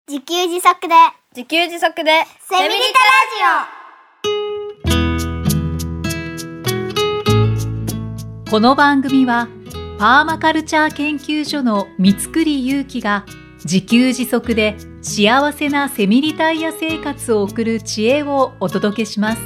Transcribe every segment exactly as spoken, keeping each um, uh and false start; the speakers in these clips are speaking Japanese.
自給自足で自給自足でセミリタラジオ。 この番組はパーマカルチャー研究所の三栗祐樹が自給自足で幸せなセミリタイヤ生活を送る知恵をお届けします。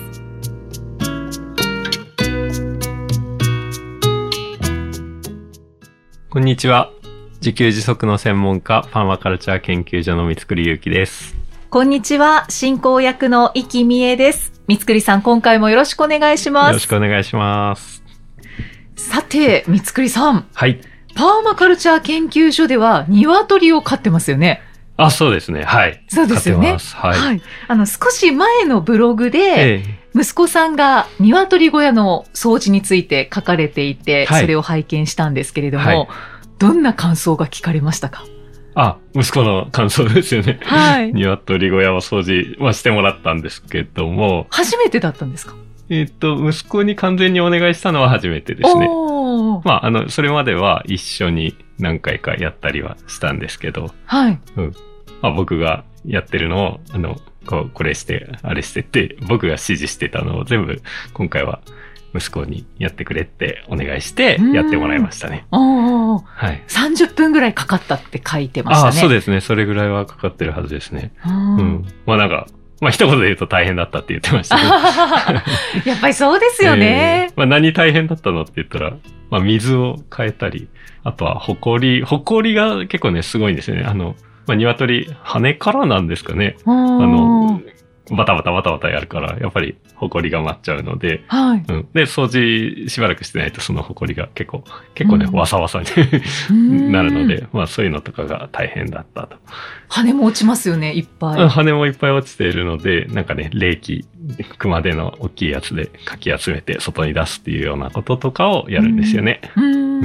こんにちは。自給自足の専門家、パーマカルチャー研究所の三栗祐樹です。 こんにちは。進行役の生きみえです。三栗さん、今回もよろしくお願いします。 よろしくお願いします。 さて、三栗さん。 はい。 パーマカルチャー研究所では鶏を飼ってますよね。 あ、そうですね。はい。 そうですよね。 はい。 はい。あの、少し前のブログで、 ええ、 息子さんが鶏小屋の掃除について書かれていて、 はい、 それを拝見したんですけれども、はい、どんな感想が聞かれましたか？ あ、息子の感想ですよね。 はい。 鶏小屋を掃除はしてもらったんですけども。 初めてだったんですか？ えっと、息子に完全にお願いしたのは初めてですね。 おー。 まあ、あの、それまでは一緒に何回かやったりはしたんですけど。 はい。 うん。まあ、僕がやってるのを、あの、こう、これして、あれしてって、僕が指示してたのを全部、今回は息子にやってくれってお願いして、やってもらいましたね。 おー。 はい。 さんじゅっぷんぐらいかかったって書いてましたね。 ああ、そうですね。それぐらいはかかってるはずですね。うん。まあなんか、まあ一言で言うと大変だったって言ってましたけど。 やっぱりそうですよね。 えー、まあ何大変だったのって言ったら、まあ水を変えたり、あとはホコリ、ホコリが結構ね、すごいんですよね。あの、まあ鶏、羽からなんですかね。あの、バタバタバタバタやるから、やっぱりホコリが舞っちゃうので、 はい。 うん、で、掃除しばらくしてないとそのホコリが結構、結構ね、わさわさになるので、まあそういうのとかが大変だったと。 羽も落ちますよね、いっぱい。 羽もいっぱい落ちているので、なんかね、冷気、熊手の大きいやつでかき集めて外に出すっていうようなこととかをやるんですよね。 うん。うん。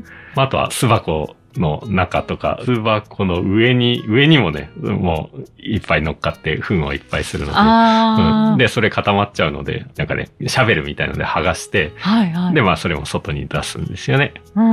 あとは巣箱の中とか、巣箱の上に、上にもね、もういっぱい乗っかって糞をいっぱいするので、うん、で、それ固まっちゃうので、なんかね、シャベルみたいので剥がして、 はいはい、 で、まあそれも外に出すんですよね。 うん、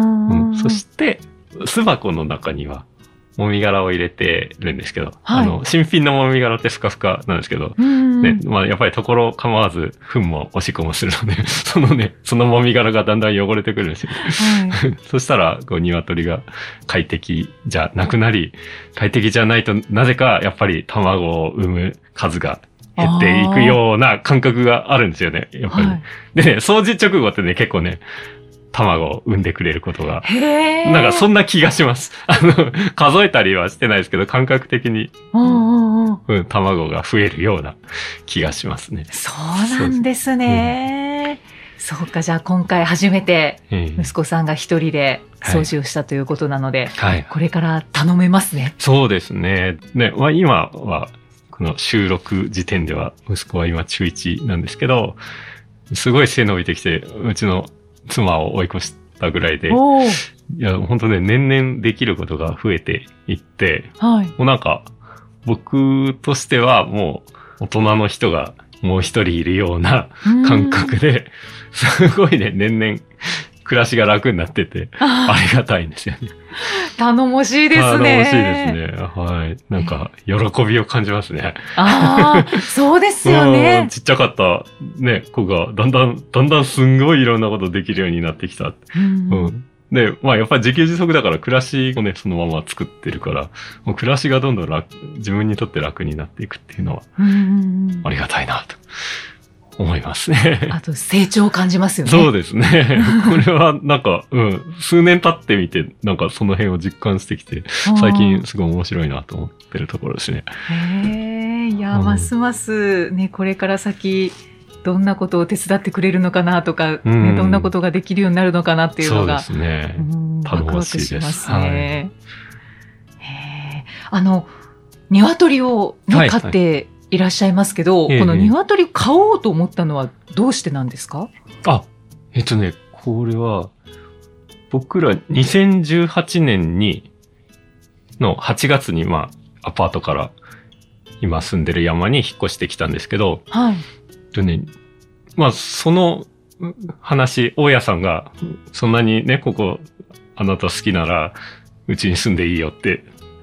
うん、そして、巣箱の中には、もみ殻を入れてるんですけど、 はい、 あの、新品のもみ殻ってふかふかなんですけど、 うんね、まあやっぱりところ構わず、糞もおしっこもするので、そのね、そのもみ殻がだんだん汚れてくるんですよ。はい、そしたら、こう、鶏が快適じゃなくなり、快適じゃないとなぜかやっぱり卵を産む数が減っていくような感覚があるんですよね、やっぱり。はい、でね、掃除直後ってね、結構ね、卵を産んでくれることが。なんかそんな気がします。あの、数えたりはしてないですけど、感覚的に、 うんうんうん、卵が増えるような気がしますね。 そうなんですね。そう、うん、そうか、じゃあ今回初めて息子さんが一人で掃除をしたということなので、はい、これから頼めますね。 そうですね。ね、まあ、今は、この収録時点では、息子は今中いちなんですけど、すごい背伸びてきて、うちの妻を追い越したぐらいで、いや、本当ね、年々できることが増えていって、はい、もうなんか、僕としてはもう大人の人がもう一人いるような感覚で、すごいね、年々暮らしが楽になってて、ありがたいんですよね。 頼もしいですね。 頼もしいですね。はい。なんか、喜びを感じますね。 ああ、そうですよね。 ちっちゃかったね、子が、だんだん、だんだんすんごいいろんなことできるようになってきた。うん、うん。で、まあやっぱり自給自足だから暮らしをね、そのまま作ってるから、もう暮らしがどんどん楽、自分にとって楽になっていくっていうのは、ありがたいなと。思いますね。 あと成長を感じますよね。 そうですね。これはなんか、うん、数年経ってみて、なんかその辺を実感してきて、最近すごい面白いなと思ってるところですね。 へえ、いや、うん、ますますね、これから先、どんなことを手伝ってくれるのかなとか、ね、うん、どんなことができるようになるのかなっていうのが、 そうですね。 うん、 頼もしいです。 ワクワクしますね。はい、へえ、あの、鶏を、ね、はい、飼って、はい、いらっしゃいますけど、ええ、この鶏飼おうと思ったのはどうしてなんですか？ あ、えっとね、これは、僕らにせんじゅうはちねんに、のはちがつに、まあ、アパートから今住んでる山に引っ越してきたんですけど、 はい。 とね、まあ、その話、大家さんが、そんなにね、ここ、あなた好きなら、うちに住んでいいよって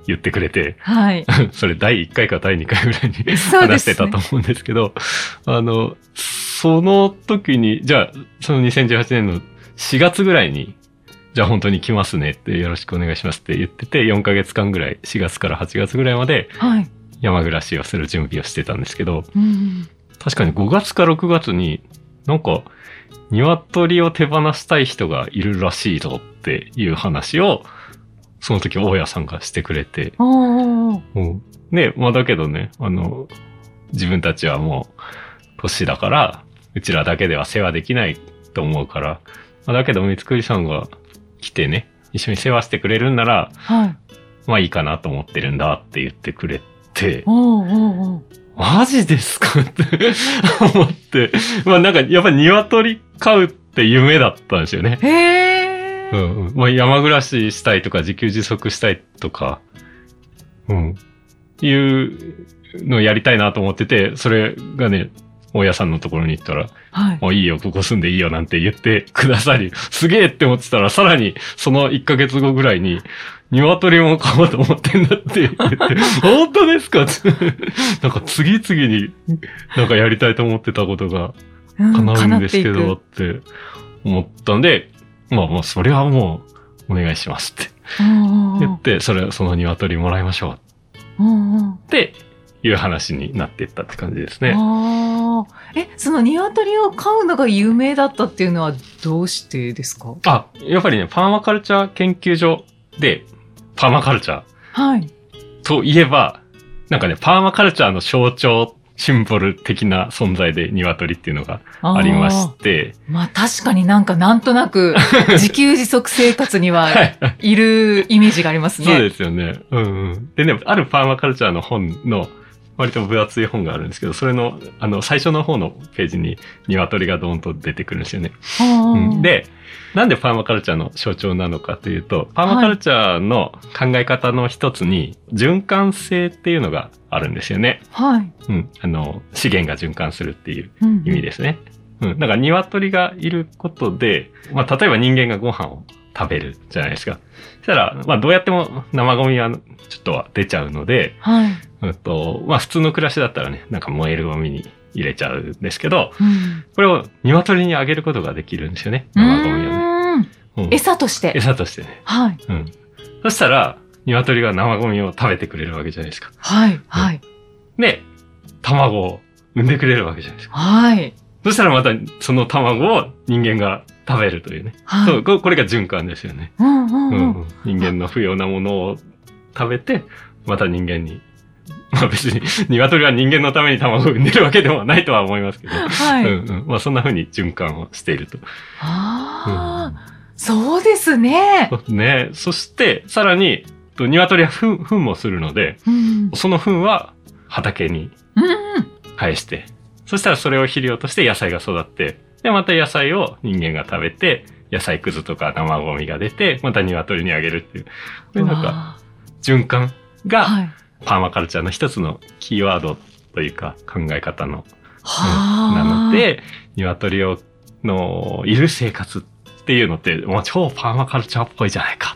言ってくれて、 はい。 それだいいっかいかだいにかいぐらいにそうですね話してたと思うんですけど、あの、その時に、じゃあ、そのにせんじゅうはちねんのしがつぐらいに、じゃあ本当に来ますねってよろしくお願いしますって言ってて、よんかげつかんぐらい、しがつからはちがつぐらいまではい。 山暮らしをする準備をしてたんですけど、 うん。 確かにごがつかろくがつになんか鶏を手放したい人がいるらしいぞっていう話をその時大家さんがしてくれて、 おー。 うん、で、まあだけどね、あの、自分たちはもう年だから、うちらだけでは世話できないと思うから、まあ、だけど三つさんが来てね、一緒に世話してくれるんなら、 はい。 まあいいかなと思ってるんだって言ってくれて、 おーおーおー。 マジですかって思って、まあなんかやっぱり鶏飼うって夢だったんですよね。 へー。 うんうん。まあ山暮らししたいとか自給自足したいとか、うん。いうのをやりたいなと思ってて、それがね、大家さんのところに行ったら、 はい。 もういいよ、ここ住んでいいよなんて言ってくださり、すげえって思ってたら、さらにそのいっかげつごぐらいに、鶏も飼おうと思ってんだって言って、本当ですかって。なんか次々になんかやりたいと思ってたことがうん叶うんですけど叶っって思ったんで、まあもうそれはもうお願いしますってていくうんうんうん言って、それ、その鶏もらいましょううんうんっていう話になっていったって感じですね。 ああ。え、その鶏を飼うのが有名だったっていうのはどうしてですか？ あ、やっぱりね、パーマカルチャー研究所で、パーマカルチャーはい。 といえば、なんかね、パーマカルチャーの象徴、シンボル的な存在で鶏っていうのがありまして。 まあ確かになんかなんとなく自給自足生活にはいるイメージがありますね。 そうですよね。うんうん。でね、あるパーマカルチャーの本の、割と分厚い本があるんですけど、それの、あの、最初の方のページに鶏がドーンと出てくるんですよね。 うんうん、で、なんでパーマカルチャーの象徴なのかというと、パーマカルチャーの考え方の一つに、循環性っていうのがあるんですよね。 はい。 うん。あの、資源が循環するっていううん意味ですね。うん。だから鶏がいることで、まあ、例えば人間がご飯を食べるじゃないですか。そしたら、まあ、どうやっても生ゴミはちょっとは出ちゃうので、 はい。 うんと、まあ、普通の暮らしだったらね、なんか燃えるゴミに入れちゃうんですけど、 うんこれを鶏にあげることができるんですよね。生ゴミをね。 うーんうん餌として。 餌としてね。 はい。 うん。そしたら、鶏が生ゴミを食べてくれるわけじゃないですか。 はい。はい。 で、卵を産んでくれるわけじゃないですか。 はい。 そしたらまたその卵を人間が食べるというね。 はい。 そうここれが循環ですよね、 うんうんうんうん。 うん。人間の不要なものを食べて、また人間に。まあ別に、鶏は人間のために卵を産んでるわけでもないとは思いますけど。 はい。 うんうん。まあそんな風に循環をしていると。 ああ、そうですね。 そうね。そして、さらに、と鶏は糞、糞もするので、 うん。 その糞は畑にうん。 返して、そしたらそれを肥料として野菜が育って、で、また野菜を人間が食べて、野菜くずとか生ゴミが出て、また鶏にあげるっていう。これなんか、 わ循環あがはい。 パーマカルチャーの一つのキーワードというか考え方の、 はあ。 なので、鶏を、の、いる生活っていうのって、もう超パーマカルチャーっぽいじゃないか。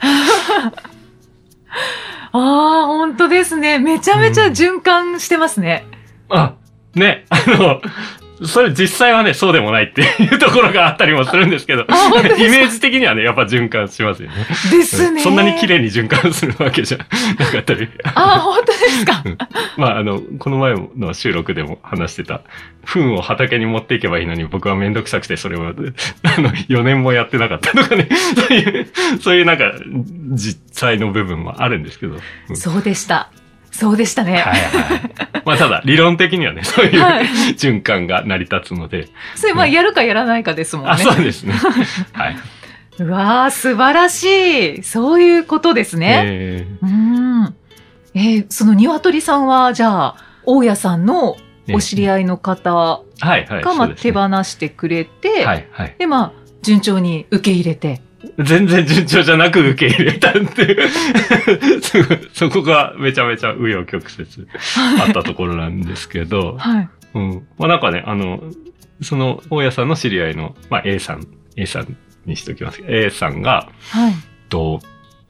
ああ、本当ですね。めちゃめちゃ循環してますね。 あ、ね、あの、それ実際はね、そうでもないっていうところがあったりもするんですけど、 あ本当ですかイメージ的にはね、やっぱ循環しますよね。 ですね。 そんなに綺麗に循環するわけじゃなかったり。 ああ、本当ですか。 まあ、あの、この前の収録でも話してた、糞を畑に持っていけばいいのに僕はめんどくさくてそれを、あの、よねんもやってなかったとかね、そういう、そういうなんか、実際の部分もあるんですけど。うんそうでした。そうでしたね。 はいはい。まあ、ただ、理論的にはね、そういうはい循環が成り立つので。 それ、まあ、やるかやらないかですもんね。 あ、そうですね。はい。 うわあ、素晴らしい。そういうことですね。 えうーん。えーその鶏さんは、じゃあ、大家さんのーお知り合いの方はいはい。 が、まあ、手そうですね放してくれて、 はいはい。 で、まあ、順調に受け入れて。 全然順調じゃなく受け入れたっていうすごいそこがめちゃめちゃ紆余曲折あったところなんですけど、 はい。 うん。まあなんかね、あの、その大家さんの知り合いの、まあ A さん、A さんにしときますけど、A さんが、 はい。 と、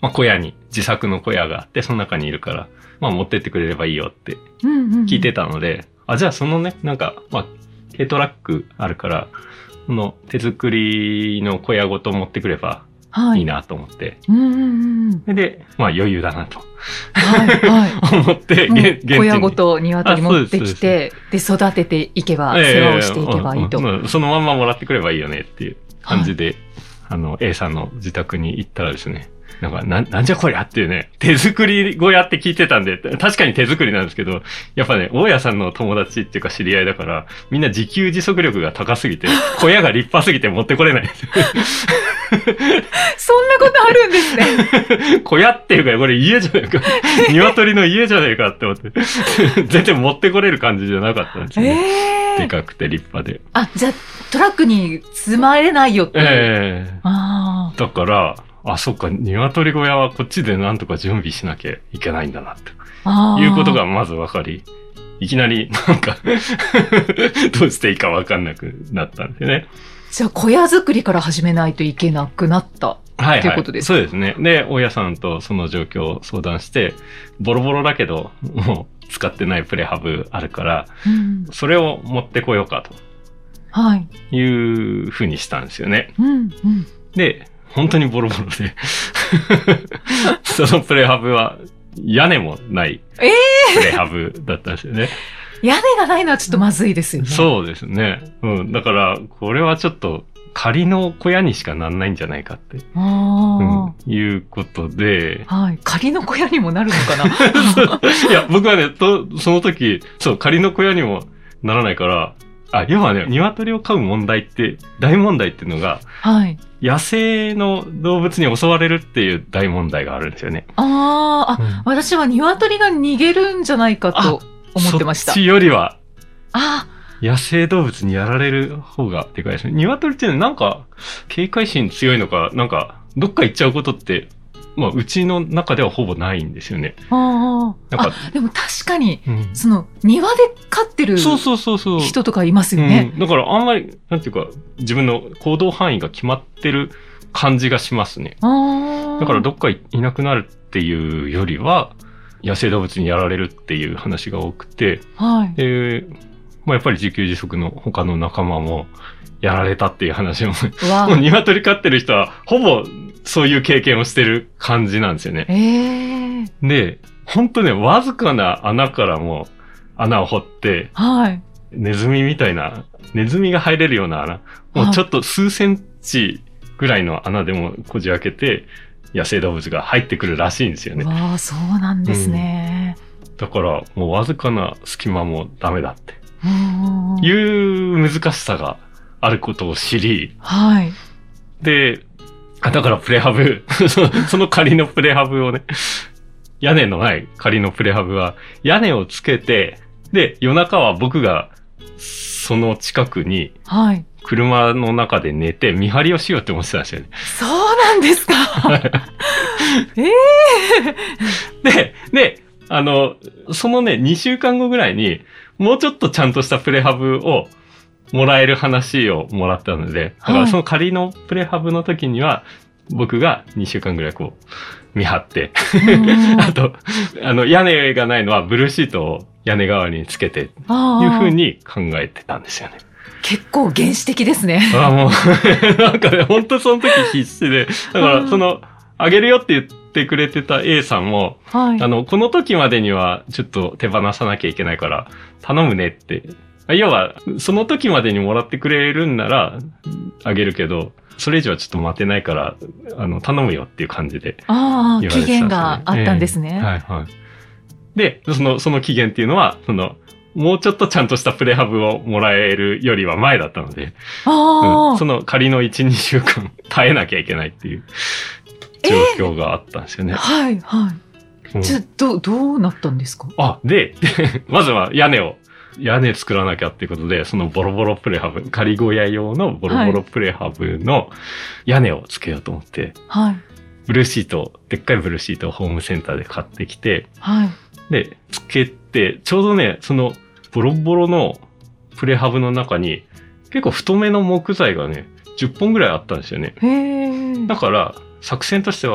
まあ、小屋に、自作の小屋があって、その中にいるから、まあ、持ってってくれればいいよって聞いてたので、うんうんうん、あ、じゃあそのね、なんか、まあ、軽トラックあるから、その手作りの小屋ごと持ってくればいいなと思って。はい、うんうんうん、で、まあ余裕だなと。はいはい、思って、 現地に小屋ごと鶏持ってきて、で、育てていけば、世話をしていけばいいと、えーうんうん。 そのまんまもらってくればいいよねっていう感じで、はい、あの、A さんの自宅に行ったらですね、なんか、な、なんじゃこりゃっていうね、手作り小屋って聞いてたんで、確かに手作りなんですけど、やっぱね、大家さんの友達っていうか知り合いだから、みんな自給自足力が高すぎて、小屋が立派すぎて持ってこれない。 そんなことあるんですね。 小屋っていうか、これ家じゃないか。鶏の家じゃないかって思って。全然持ってこれる感じじゃなかったんですよね。えー、でかくて立派で。 あ、じゃあトラックに積まれないよって。 ええー。 あだから、あ、そっか、鶏小屋はこっちでなんとか準備しなきゃいけないんだな、ということがまず分かり、いきなりなんか、どうしていいか分かんなくなったんですよね。 じゃあ小屋作りから始めないといけなくなったっていうことですか？ はいはい、そうですね。で、大家さんとその状況を相談して、ボロボロだけど、もう使ってないプレハブあるから、うん、それを持ってこようかと。はい。いうふうにしたんですよね。うんうん、で、本当にボロボロでそのプレハブは屋根もないプレハブだったんですよね。 えー、屋根がないのはちょっとまずいですよね。 そうですね。うん。だから、これはちょっと仮の小屋にしかなんないんじゃないかって、あ、うん、いうことで。 はい。仮の小屋にもなるのかないや、僕はね、と、その時、そう、仮の小屋にもならないから、あ、要はね、鶏を飼う問題って、大問題っていうのが、はい。野生の動物に襲われるっていう大問題があるんですよね。 ああ、うん、私は鶏が逃げるんじゃないかと思ってました。 そっちよりは、あ野生動物にやられる方がでかいですね。鶏ってなんか、警戒心強いのか、なんか、どっか行っちゃうことって、まあ、うちの中ではほぼないんですよね。 あなんかあ、でも確かに、うん、その、庭で飼ってる人とかいますよね。 うん、だからあんまり、なんていうか、自分の行動範囲が決まってる感じがしますね。あだからどっかいなくなるっていうよりは、野生動物にやられるっていう話が多くて、はい、でまあ、やっぱり自給自足の他の仲間もやられたっていう話も、もう鶏飼ってる人はほぼそういう経験をしてる感じなんですよね。えー、で、ほんとね、わずかな穴からも穴を掘って、はい、ネズミみたいな、ネズミが入れるような穴、もうちょっと数センチぐらいの穴でもこじ開けて、野生動物が入ってくるらしいんですよね。 わあ、そうなんですね。 うん、だから、もうわずかな隙間もダメだって。いう難しさがあることを知り、はい。で、だからプレハブ、その仮のプレハブをね、屋根のない仮のプレハブは屋根をつけて、で、夜中は僕がその近くに、はい。車の中で寝て見張りをしようって思ってたんですよね。 そうなんですかええー、で、で、あの、そのね、にしゅうかんごぐらいに、もうちょっとちゃんとしたプレハブをもらえる話をもらったので、だからその仮のプレハブの時には、僕がにしゅうかんぐらいこう、見張って、あと、あの、屋根がないのはブルーシートを屋根代わりにつけて、いうふうに考えてたんですよね。 結構原始的ですね。 あもう、なんかね、本当その時必死で、だからその、あげるよって言ってくれてた A さんも、はい、あの、この時までにはちょっと手放さなきゃいけないから頼むねって。要は、その時までにもらってくれるんならあげるけど、それ以上はちょっと待てないから、あの、頼むよっていう感じで言われてたんですね。 ああ、期限があったんですね。 えー、はいはい。で、その、その期限っていうのは、その、もうちょっとちゃんとしたプレハブをもらえるよりは前だったので、あうん、その仮のいち、にしゅうかん耐えなきゃいけないっていう。状況があったんですよね。 えー、はいはい。うん、じゃあどどうなったんですか？ あででまずは屋根を屋根作らなきゃっていうことで、そのボロボロプレハブ、仮小屋用のボロボロプレハブの屋根をつけようと思って、はい、ブルーシート、でっかいブルーシートをホームセンターで買ってきて、はい、でつけてちょうどねそのボロボロのプレハブの中に結構太めの木材がねじゅっぽんぐらいあったんですよね。へー。だから作戦としては、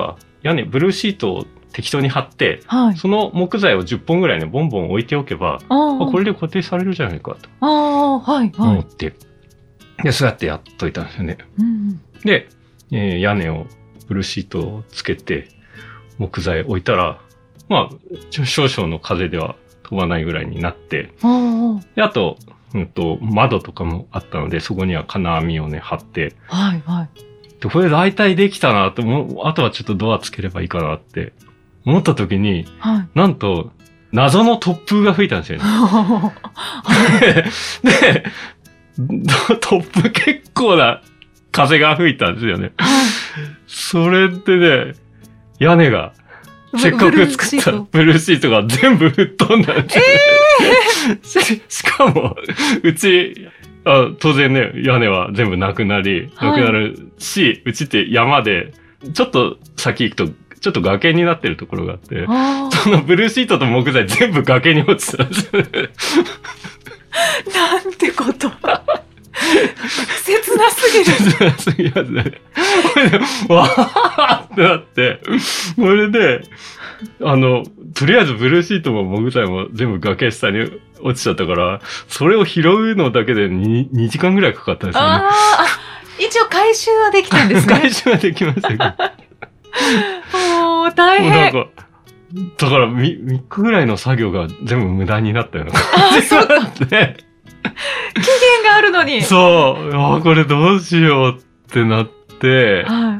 屋根、ブルーシートを適当に貼って、 はい、 その木材をじゅっぽんぐらいね、ボンボン置いておけば、あこれで固定されるじゃないかと思って、で、そうやってやっといたんですよね。うん、で、えー、屋根をブルーシートをつけて、木材置いたら、まあ、少々の風では飛ばないぐらいになって、であと、うんと、窓とかもあったので、そこには金網をね、張って、はいはい。で、これ大体できたなと思う、あとはちょっとドアつければいいかなって思った時に、はい、なんと、謎の突風が吹いたんですよね。で、突風結構な風が吹いたんですよね。それでね、屋根が、せっかく作ったブルーシートが全部吹っ飛んだんですよね。えー、し, しかも、うちあ、当然ね、屋根は全部なくなり、なくなるし、はい、うちって山で、ちょっと先行くと、ちょっと崖になってるところがあって、そのブルーシートと木材全部崖に落ちたんですよね。 なんてこと。切なすぎる。 切なすぎますね。これで、わーってなって、それで、あの、とりあえずブルーシートも木材も全部崖下に落ちちゃったから、それを拾うのだけで 2, にじかんぐらいかかったんですよね。ああ、一応回収はできたんですね。 回収はできましたけど。 もう大変。 なんか、だから 3, 3日ぐらいの作業が全部無駄になったような感じがあって。 期限があるのに。 そう。あこれどうしようってなって、はい、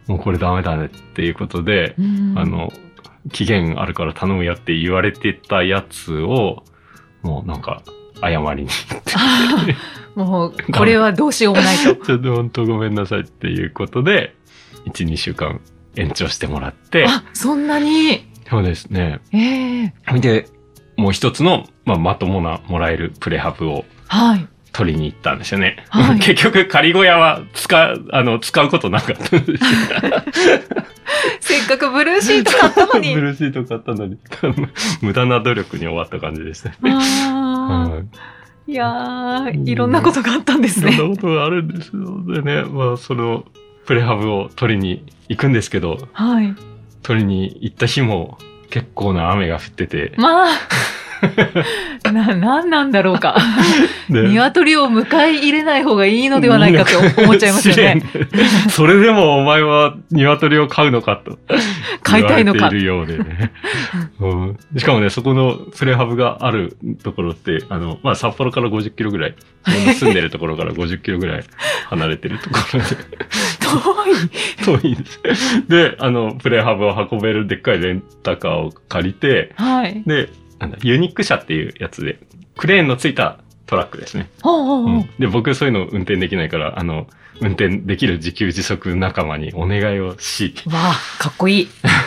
もうこれダメだねっていうことで、うん、あの、期限あるから頼むよって言われてたやつを、もうなんか、謝りに行って。 もう、これはどうしようもないと。 ちょっと本当ごめんなさいっていうことで、いち、にしゅうかん延長してもらって。 あ、そんなに。 そうですね。 ええー。で、もう一つの、まあ、まともなもらえるプレハブを、はい。取りに行ったんですよね。はい、結局、仮小屋は使う、あの、使うことなかったんですよ。 せっかくブルーシート買ったのに。 ブルーシート買ったのに。無駄な努力に終わった感じでしたね。あはい、いやー、いろんなことがあったんですね。 いろんなことがあるんですよ。でね、まあ、その、プレハブを取りに行くんですけど、はい。取りに行った日も結構な雨が降ってて。 まあ。な、なんなんだろうか。鶏を迎え入れない方がいいのではないかと思っちゃいますよね。 それでもお前は鶏を飼うのかと。 飼いたいのか。 言われているようでね、うん。しかもね、そこのプレハブがあるところって、あの、まあ、札幌からごじゅっキロぐらい、住んでるところからごじゅっキロぐらい離れてるところで。遠い遠いです。で、あの、プレハブを運べるでっかいレンタカーを借りて、はい、で、なんだユニック車っていうやつで、クレーンのついたトラックですね。ほうほうほううん、で、僕そういうの運転できないから、あの、運転できる自給自足仲間にお願いをし。 わあ、かっこいい。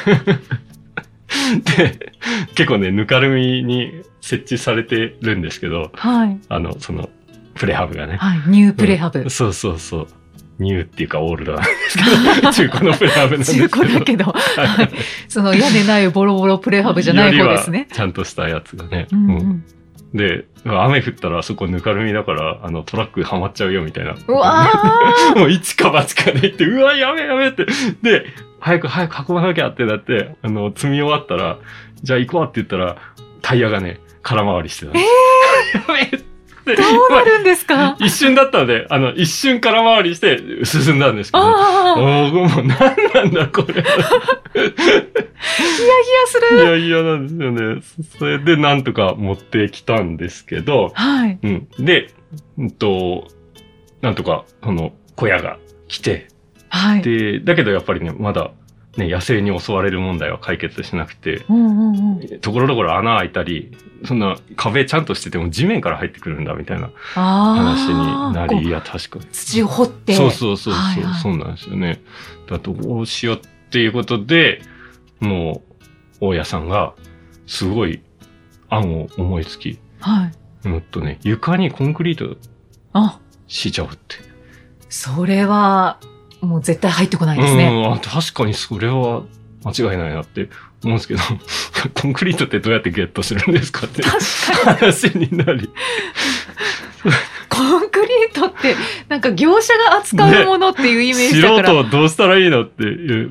で、結構ね、ぬかるみに設置されてるんですけど、はい。あの、その、プレハブがね。 はい、ニュープレハブ。 うん、そうそうそう。ニューっていうかオールドなんですけど、中古のプレハブなんですけど。 中古だけど、はい、その屋根ないボロボロプレハブじゃない方ですね。 ちゃんとしたやつがね。うんうんうん、で、雨降ったらあそこぬかるみだから、あのトラックはまっちゃうよみたいな。 うわーもう一か八かで言って、うわ、やめやめって。で、早く早く運ばなきゃってなって、あの、積み終わったら、じゃあ行こうって言ったら、タイヤがね、空回りしてた。 えー、やめって。どうなるんですか？ 一瞬だったので、あの、一瞬空回りして進んだんですけど、おもう何なんだこれ。ヒヤヒヤする。 いやいやなんですよね。それでなんとか持ってきたんですけど、はい。うん。で、うんと、なんとか、この小屋が来て、はい。で、だけどやっぱりね、まだ、ね、野生に襲われる問題は解決しなくて、うんうんうん、ところどころ穴開いたり、そんな壁ちゃんとしてても地面から入ってくるんだみたいな話になり、いや、確かに。 土を掘って。 そうそうそうそう、はいはい、そうなんですよね。だとどうしようっていうことで、もう、大家さんが、すごい案を思いつき、はい。もっとね、床にコンクリート敷いちゃおうって。 それは、もう絶対入ってこないですね。 うん、確かにそれは間違いないなって思うんですけど、コンクリートってどうやってゲットするんですかって話になり。 コンクリートってなんか業者が扱うものっていうイメージだから、 ね、素人はどうしたらいいのっていう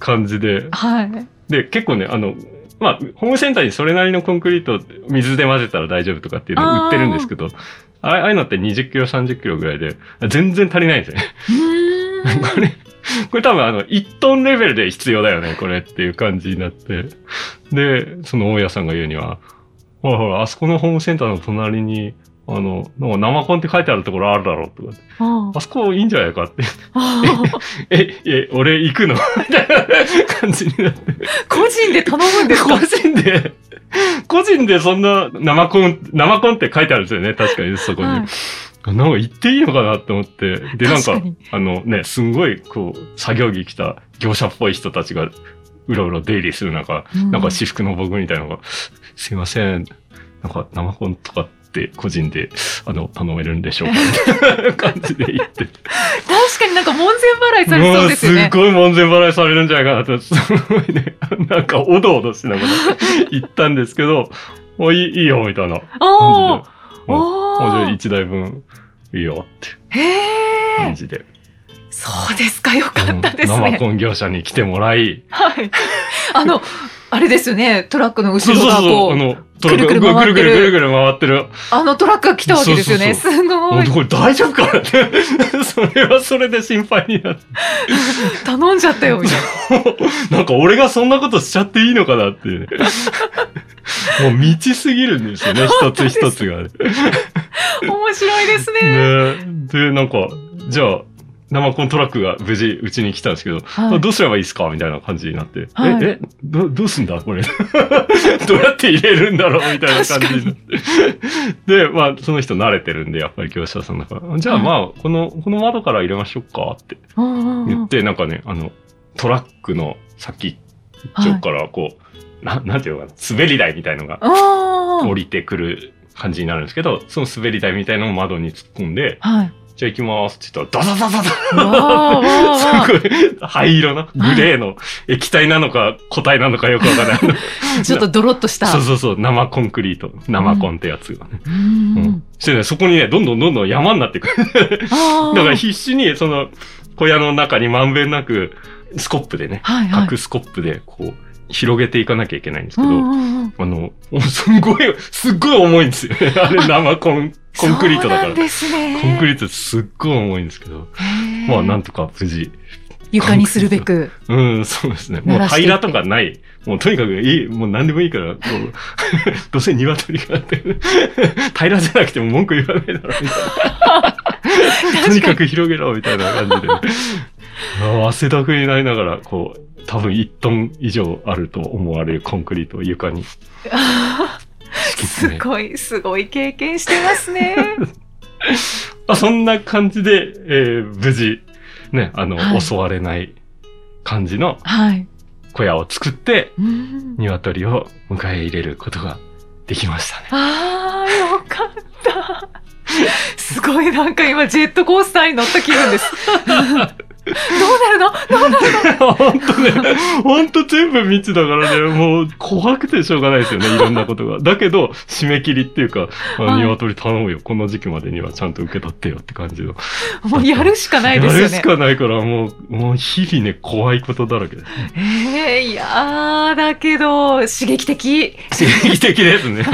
感じで。 はい。 で、結構ね、あの、まあ、ホームセンターにそれなりのコンクリート水で混ぜたら大丈夫とかっていうのを売ってるんですけど、あああいうのってにじゅっキロ、さんじゅっキロぐらいで、全然足りないんですよね。 うーんこれ、これ多分あの、いちトンレベルで必要だよね、これっていう感じになって。で、その大家さんが言うには、ほらほら、あそこのホームセンターの隣に、あの、なんか生コンって書いてあるところあるだろうとかって。 ああそこいいんじゃないかって。 あえ、え、俺行くのみたいな感じになって。 個人で頼むんですか？ 個人で、個人でそんな生コン、生コンって書いてあるんですよね、確かにそこに。 はいなんか行っていいのかなって思って。で、なんか確かに、 あのね、すんごい、こう、作業着着た業者っぽい人たちが、うろうろ出入りする中、 うんなんか私服の僕みたいなのが、すいません、なんか生コンとかって個人で、あの、頼めるんでしょうかみたいな感じで言ってて。 確かになんか門前払いされそうですよね。 もうすごい門前払いされるんじゃないかなと、すごいね、なんかおどおどしながら言ったんですけど、もういいいいよ、みたいな感じで。 おーもうおじゃあー一台分いいよってへえ。 感じで。 そうですか、よかったですうん生ね。 コン業者に来てもらい。 はい。あの、あれですよね、トラックの後ろがそうそうそう、 こう、 あの、 くるくるぐ回ってるぐるぐるぐるぐる回ってる。 あのトラックが来たわけですよね。 そうすごい。 もうこれ大丈夫かなって。それはそれで心配になって。 頼んじゃったよ、みたいな。 なんか俺がそんなことしちゃっていいのかなっていうね。もう未知すぎるんですよね、一つ一つが。 面白いですね。 ねで、なんか、じゃあ、生コントラックが無事うちに来たんですけど、 はいどうすればいいですかみたいな感じになって。 はいえ、え、ど、どうすんだこれ。どうやって入れるんだろうみたいな感じになって。で、まあ、その人慣れてるんで、やっぱり業者さんだから。じゃあまあ、この、この窓から入れましょうかって言って、なんかね、あの、トラックの先っちょからこう、ななんていうのかな、滑り台みたいのがあ降りてくる感じになるんですけど、その滑り台みたいなのを窓に突っ込んで、 あ。はい。 じゃあ行きますって言ったら、ダダダダダわーわーわすごい、灰色の、グレーの液体なのか固体なのかよくわからない。 ーちょっとドロッとした。 そうそうそう、生コンクリート、生コンってやつがね。 ううんん。 してね、そこにね、どんどんどんどん山になっていく。 あーだから必死に、その、小屋の中にまんべんなく、スコップでね、 はいはい。 角スコップで、こう、広げていかなきゃいけないんですけど、 うんうんうんあの、すんごい、すっごい重いんですよね。あれ生コン、コンクリートだから。 そうなんですね。 コンクリートすっごい重いんですけど、 へーまあなんとか無事。 床にするべく。 うん、そうですね。もう鳴らしていって平らとかない。もうとにかくいい、もう何でもいいから、こうどうせ鶏があって、平らじゃなくても文句言わないだろ、みたいな。とにかく広げろ、みたいな感じで。あ汗だくになりながら、こう、多分いちトン以上あると思われるコンクリートを床に敷きす詰め。 ごい、すごい経験してますね。 まあ、そんな感じで、えー無事、ね、あの、 はい襲われない感じのはい。 小屋を作って、 うん鶏を迎え入れることができましたね。 ああ、よかった。すごいなんか今ジェットコースターに乗った気分です。どうなるのどうなるの本当ね、本当全部未知だからね、もう怖くてしょうがないですよね、いろんなことが。だけど、締め切りっていうか、あはい鶏頼むよ、この時期までにはちゃんと受け取ってよって感じの。 もうやるしかないですよね。 やるしかないから、もう、もう日々ね、怖いことだらけですね。 ええいやー、だけど、刺激的。 刺激的ですね。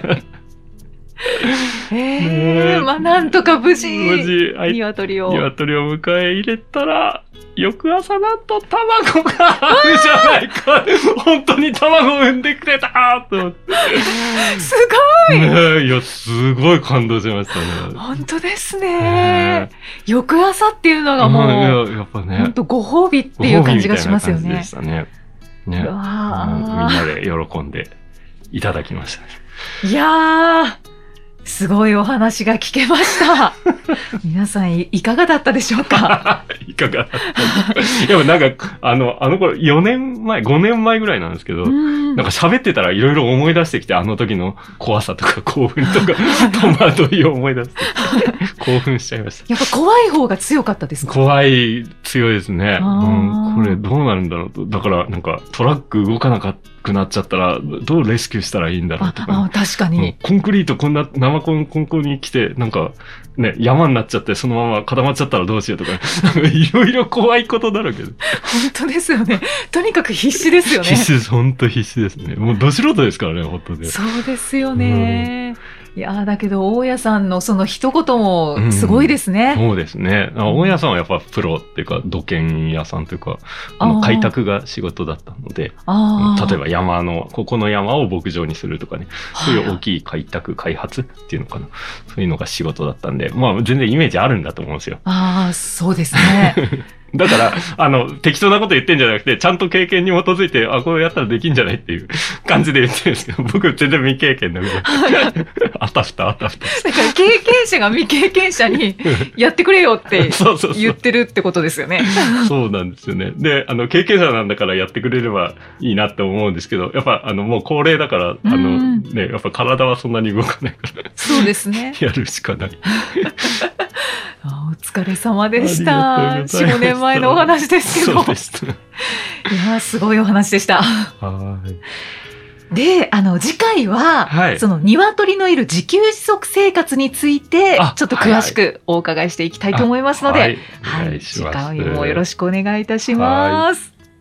ええねえまあなんとか無事、 無事、あい鶏を。 鶏を迎え入れたら、翌朝なんと卵があるじゃないか。本当に卵を産んでくれたと思って。 すごい、 ねえいや、すごい感動しましたね。 本当ですねね。翌朝っていうのがもう、 うんいややっぱね。 本当ご褒美っていう感じがしますよねご褒美みたいな感じでし。たね。ね。 ううんみんわなで喜んでいただきましたね。 ーいやー、すごいお話が聞けました。皆さんいいかがだったでしょうか。 いかがだったですか。でもなんか、あの、あの頃よねんまえ、ごねんまえぐらいなんですけど、 うんなんか喋ってたらいろいろ思い出してきて、あの時の怖さとか興奮とか、戸惑いを思い出して、興奮しちゃいました。 やっぱ怖い方が強かったですか。 怖い、 強いですね。うん、これどうなるんだろうと。だからなんかトラック動かなくなっちゃったらどうレスキューしたらいいんだろうとか、ね。 ああ、確かに。 コンクリートこんな生コンコンコンに来てなんかね山になっちゃってそのまま固まっちゃったらどうしようとか、ね、いろいろ怖いことだらけで。 本当ですよね。とにかく必死ですよね。 必死です。本当必死ですね。もうど素人ですからね、本当に。 そうですよね。うん、いやだけど大家さんのその一言もすごいですね。 うん、そうですね。大家さんはやっぱプロっていうか土建屋さんというか開拓が仕事だったので、例えば山のここの山を牧場にするとかね、そういう大きい開拓開発っていうのかな、そういうのが仕事だったんで、まあ全然イメージあるんだと思うんですよ。 ああ、そうですね。 だから、あの、適当なこと言ってんじゃなくて、ちゃんと経験に基づいて、あ、こうやったらできんじゃないっていう感じで言ってるんですけど、僕全然未経験だけど、あたふたあたふた。 だから経験者が未経験者にやってくれよって言ってるってことですよね。 そうなんですよね。で、あの、経験者なんだからやってくれればいいなって思うんですけど、やっぱ、あの、もう高齢だから、あの、ね、やっぱ体はそんなに動かないから。 そうですね。 やるしかない。 あ、お疲れ様でした。よん、ごねんまえのお話ですけど。 そうです。いや、すごいお話でした。 はい。 で、あの、次回は、はい、その鶏のいる自給自足生活について、ちょっと詳しくお伺いしていきたいと思いますので、はい、はいはい、次回もよろしくお願いいたします。はい、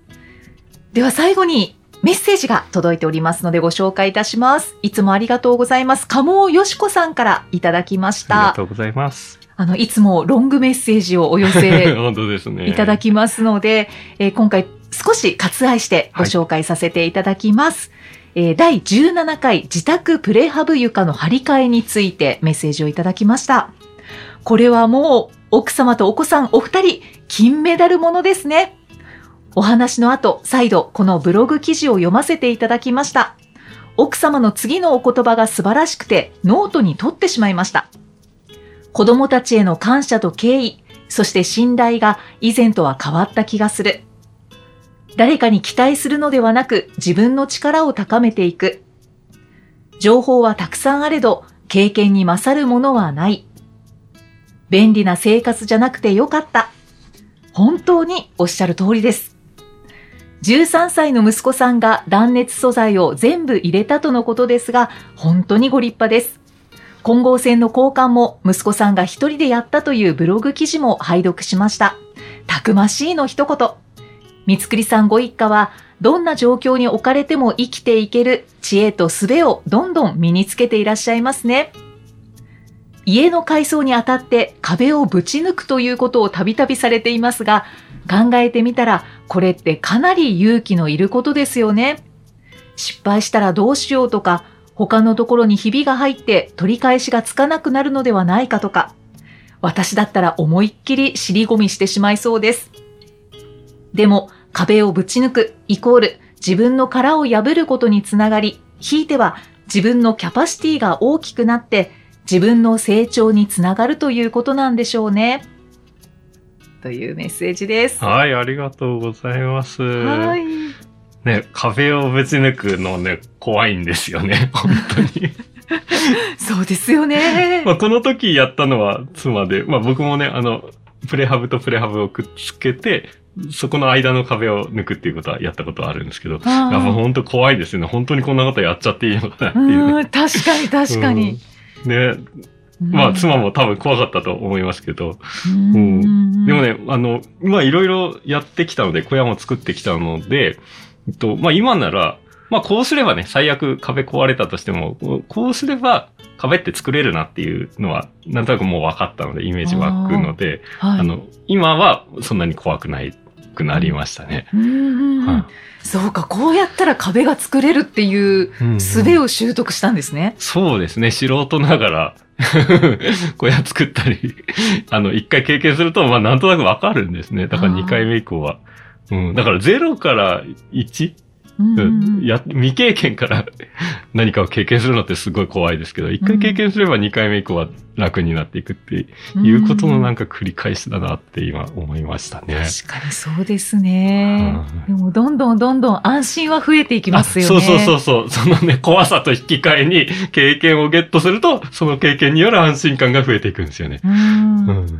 では最後に、メッセージが届いておりますのでご紹介いたします。いつもありがとうございます。鴨尾よしこさんからいただきました。 ありがとうございます。 あの、いつもロングメッセージをお寄せいただきますので、えー、今回少し割愛してご紹介させていただきます。はい、えー、だいじゅうななかい自宅プレハブ床の張り替えについてメッセージをいただきました。これはもう奥様とお子さんお二人金メダルものですね。お話の後、再度このブログ記事を読ませていただきました。奥様の次のお言葉が素晴らしくてノートに取ってしまいました。子供たちへの感謝と敬意、そして信頼が以前とは変わった気がする。誰かに期待するのではなく自分の力を高めていく。情報はたくさんあれど経験に勝るものはない。便利な生活じゃなくてよかった。本当におっしゃる通りです。じゅうさんさいの息子さんが断熱素材を全部入れたとのことですが、本当にご立派です。混合線の交換も息子さんが一人でやったというブログ記事も拝読しました。たくましいの一言。三つくりさんご一家はどんな状況に置かれても生きていける知恵と術をどんどん身につけていらっしゃいますね。家の改装にあたって壁をぶち抜くということをたびたびされていますが、考えてみたらこれってかなり勇気のいることですよね。失敗したらどうしようとか、他のところにひびが入って取り返しがつかなくなるのではないかとか、私だったら思いっきり尻込みしてしまいそうです。でも壁をぶち抜くイコール自分の殻を破ることにつながり、ひいては自分のキャパシティが大きくなって自分の成長につながるということなんでしょうね。というメッセージです。 はい、ありがとうございます。 はい。 ね、壁をぶち抜くのね、怖いんですよね、本当に。 そうですよね。 まあこの時やったのは妻で、まあ僕もね、あの、プレハブとプレハブをくっつけて、そこの間の壁を抜くっていうことはやったことはあるんですけど、やっぱ本当怖いですよね。本当にこんなことやっちゃっていいのかなっていう、ね。 うん、確かに確かに。 うん、ね。まあ妻も多分怖かったと思いますけど、うんうん、でもね、あの、まあいろいろやってきたので、小屋も作ってきたので、えっと、まあ今なら、まあこうすればね、最悪壁壊れたとしても、こうすれば壁って作れるなっていうのは、なんとなくもう分かったので、イメージ湧くので、あ、はい、あの、今はそんなに怖くないくなりましたね。 うんうんはい、そうか、こうやったら壁が作れるっていう術を習得したんですね。うんうん、 そうですね、素人ながら、小屋作ったり、あの、一回経験すると、まあなんとなく分かるんですね。だからにかいめ以降は。うん、だからゼロからいち、うんうん、や未経験から何かを経験するのってすごい怖いですけど、一回経験すればにかいめ以降は楽になっていくっていうことのなんか繰り返しだなって今思いましたね。 確かにそうですね。でもどんどんどんどん安心は増えていきますよね。 そうそうそうそう。そのね、怖さと引き換えに経験をゲットすると、その経験による安心感が増えていくんですよね。うん、うん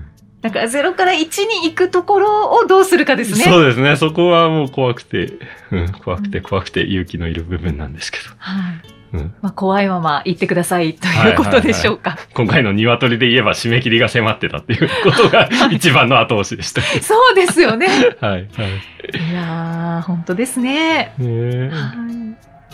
だからゼロからいちに行くところをどうするかですね。 そうですね。そこはもう怖くて、うん、怖くて怖くて勇気のいる部分なんですけど。 はい。 うん、 まあ、怖いまま行ってくださいということでしょうか。 はいはいはい、今回の鶏で言えば締め切りが迫ってたっていうことが一番の後押しでした。 そうですよね。 はい、はい。 いやー、本当ですね。 ねはい。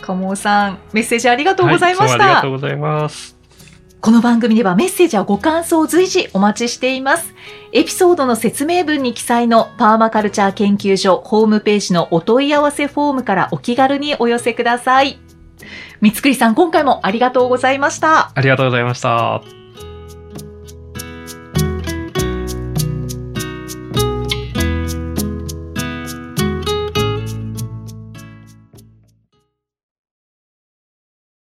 鴨さん、メッセージありがとうございました。はい、 いつもありがとうございます。 この番組ではメッセージやご感想を随時お待ちしています。エピソードの説明文に記載のパーマカルチャー研究所ホームページのお問い合わせフォームからお気軽にお寄せください。三栗さん、今回もありがとうございました。 ありがとうございました。